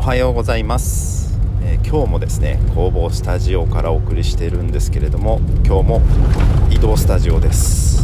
はようございます。今日もですね工房スタジオからお送りしているんですけれども、今日も移動スタジオです。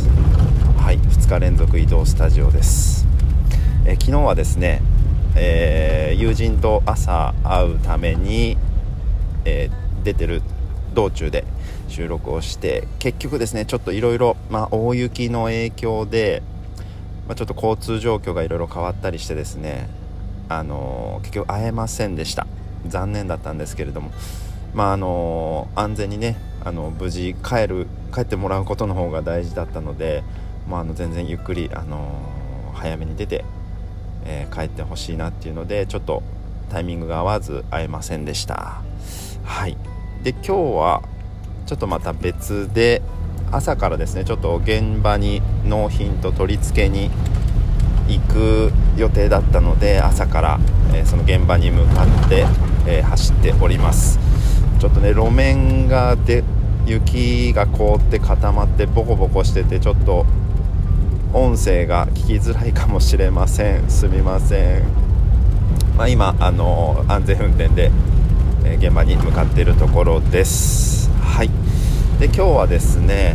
はい、2日連続移動スタジオです。昨日はですね、友人と朝会うために、出てる道中で収録をして、結局ですねちょっといろいろ大雪の影響で、ちょっと交通状況がいろいろ変わったりしてですね、結局会えませんでした。残念だったんですけれども、安全にね無事帰ってもらうことの方が大事だったので、全然ゆっくり、早めに出て、帰ってほしいなっていうので、ちょっとタイミングが合わず会えませんでした。はい。で今日はちょっとまた別で、朝からですねちょっと現場に納品と取り付けに行く予定だったので、朝から、その現場に向かって、走っております。ちょっとね路面が雪が凍って固まってボコボコしてて、ちょっと音声が聞きづらいかもしれません。すみません。今安全運転で、現場に向かっているところです。はい。で今日はですね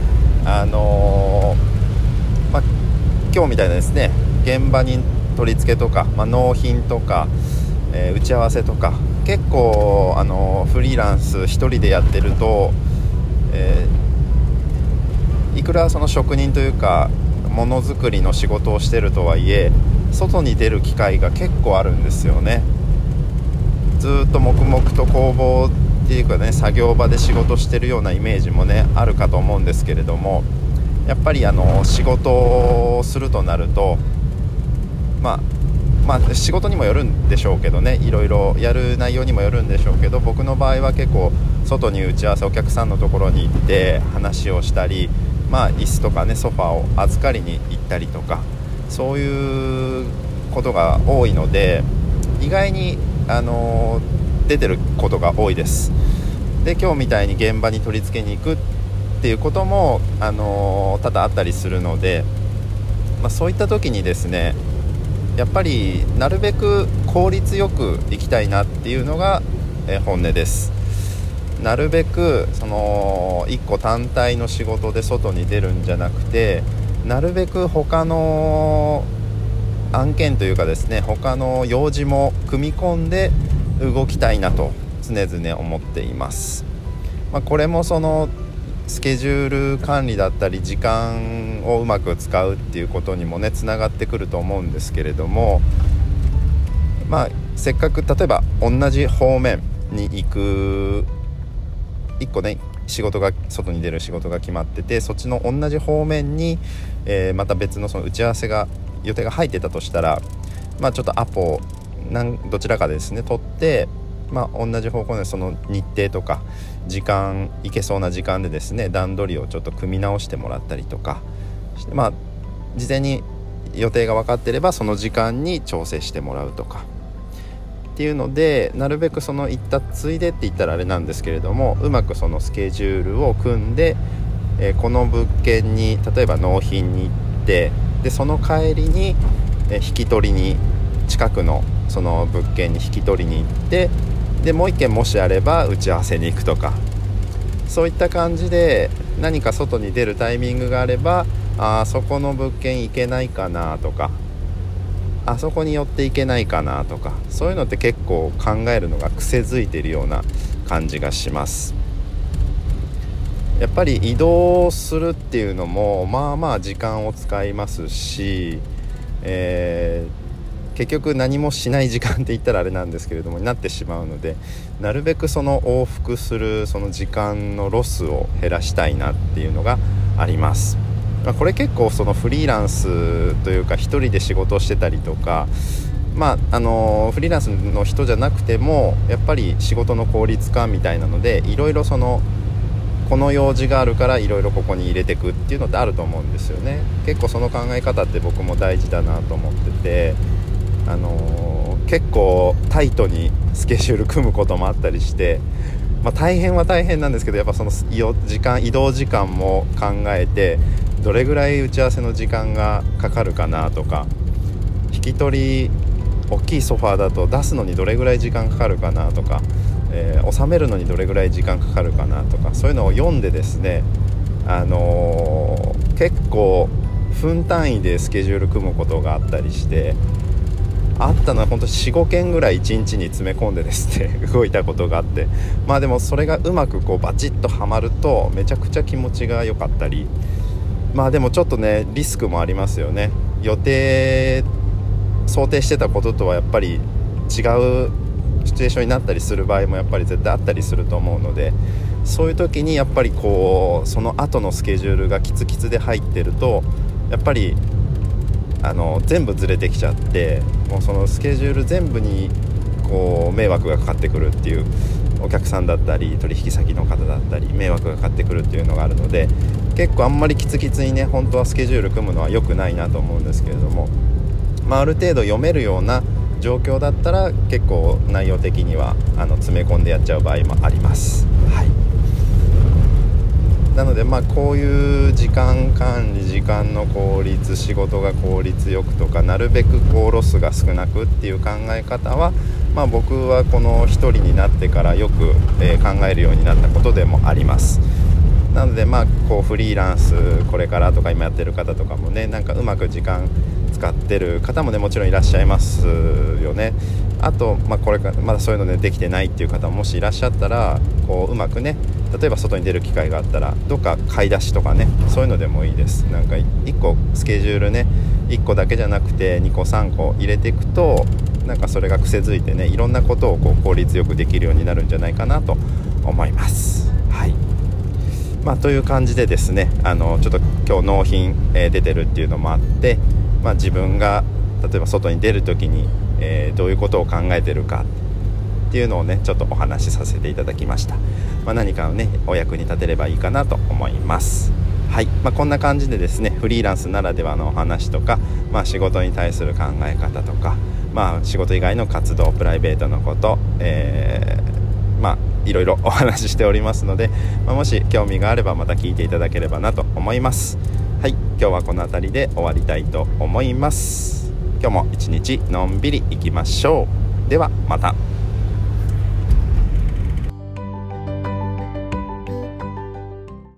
今日みたいなですね現場に取り付けとか、納品とか、打ち合わせとか、結構フリーランス一人でやってると、いくらその職人というかものづくりの仕事をしてるとはいえ、外に出る機会が結構あるんですよね。ずっと黙々と工房っていうかね、作業場で仕事してるようなイメージもねあるかと思うんですけれども、やっぱり仕事をするとなると、仕事にもよるんでしょうけどね、いろいろやる内容にもよるんでしょうけど、僕の場合は結構外に打ち合わせ、お客さんのところに行って話をしたり、椅子とかねソファーを預かりに行ったりとか、そういうことが多いので、意外に出てることが多いです。で今日みたいに現場に取り付けに行くっていうことも多々あったりするので、そういった時にですね、やっぱりなるべく効率よく行きたいなっていうのが本音です。なるべくその一個単体の仕事で外に出るんじゃなくて、なるべく他の案件というかですね、他の用事も組み込んで動きたいなと常々思っています。これもそのスケジュール管理だったり時間をうまく使うっていうことにもねつながってくると思うんですけれども、せっかく例えば同じ方面に行く一個ね外に出る仕事が決まってて、そっちの同じ方面に、また別のその打ち合わせが予定が入ってたとしたら、ちょっとアポをどちらかでですね取って、同じ方向でその日程とか時間、行けそうな時間でですね段取りをちょっと組み直してもらったりとかして、事前に予定が分かってればその時間に調整してもらうとかっていうので、なるべくその行ったついでって言ったらあれなんですけれども、うまくそのスケジュールを組んで、この物件に例えば納品に行って、でその帰りに、引き取りに近くのその物件に引き取りに行って、でもう一件もしあれば打ち合わせに行くとか、そういった感じで何か外に出るタイミングがあれば、そこの物件行けないかなとか、あそこに寄っていけないかなとか、そういうのって結構考えるのが癖づいているような感じがします。やっぱり移動するっていうのも時間を使いますし、結局何もしない時間って言ったらあれなんですけれどもになってしまうので、なるべくその往復するその時間のロスを減らしたいなっていうのがあります。これ結構そのフリーランスというか一人で仕事をしてたりとか、フリーランスの人じゃなくてもやっぱり仕事の効率化みたいなので、いろいろこの用事があるからいろいろここに入れていくっていうのってあると思うんですよね。結構その考え方って僕も大事だなと思ってて、結構タイトにスケジュール組むこともあったりして、大変は大変なんですけど、やっぱその移動時間も考えて、どれぐらい打ち合わせの時間がかかるかなとか、引き取り大きいソファーだと出すのにどれぐらい時間かかるかなとか、収めるのにどれぐらい時間かかるかなとか、そういうのを読んでですね、結構分単位でスケジュール組むことがあったりして、あったのは本当 4,5 件ぐらい1日に詰め込んでですね動いたことがあって、でもそれがうまくバチッとはまるとめちゃくちゃ気持ちが良かったり、でもちょっとねリスクもありますよね。想定してたこととはやっぱり違うシチュエーションになったりする場合もやっぱり絶対あったりすると思うので、そういう時にやっぱりその後のスケジュールがキツキツで入ってるとやっぱり全部ずれてきちゃって、もうそのスケジュール全部に迷惑がかかってくるっていうお客さんだったり取引先の方だったり迷惑がかかってくるっていうのがあるので、結構あんまりキツキツにね本当はスケジュール組むのは良くないなと思うんですけれども、ある程度読めるような状況だったら結構内容的には詰め込んでやっちゃう場合もあります。はい。なのでこういう時間管理、時間の効率、仕事が効率よくとか、なるべくロスが少なくっていう考え方は、僕はこの一人になってからよく、考えるようになったことでもあります。なのでフリーランスこれからとか今やってる方とかもね、なんかうまく時間使ってる方もねもちろんいらっしゃいますよね。あと、これからまだそういうのでできてないっていう方ももしいらっしゃったら、うまくね、例えば外に出る機会があったらどっか買い出しとかね、そういうのでもいいです。なんか1個スケジュールね1個だけじゃなくて2個3個入れていくと、なんかそれが癖づいてね、いろんなことを効率よくできるようになるんじゃないかなと思います。はい。という感じでですね、ちょっと今日納品、出てるっていうのもあって、自分が例えば外に出るときに、どういうことを考えてるかっていうのをねちょっとお話しさせていただきました。何かをねお役に立てればいいかなと思います。はい。こんな感じでですね、フリーランスならではのお話とか、仕事に対する考え方とか、仕事以外の活動、プライベートのこと、いろいろお話ししておりますので、もし興味があればまた聞いていただければなと思います。はい。今日はこの辺りで終わりたいと思います。今日も一日のんびりいきましょう。ではまた。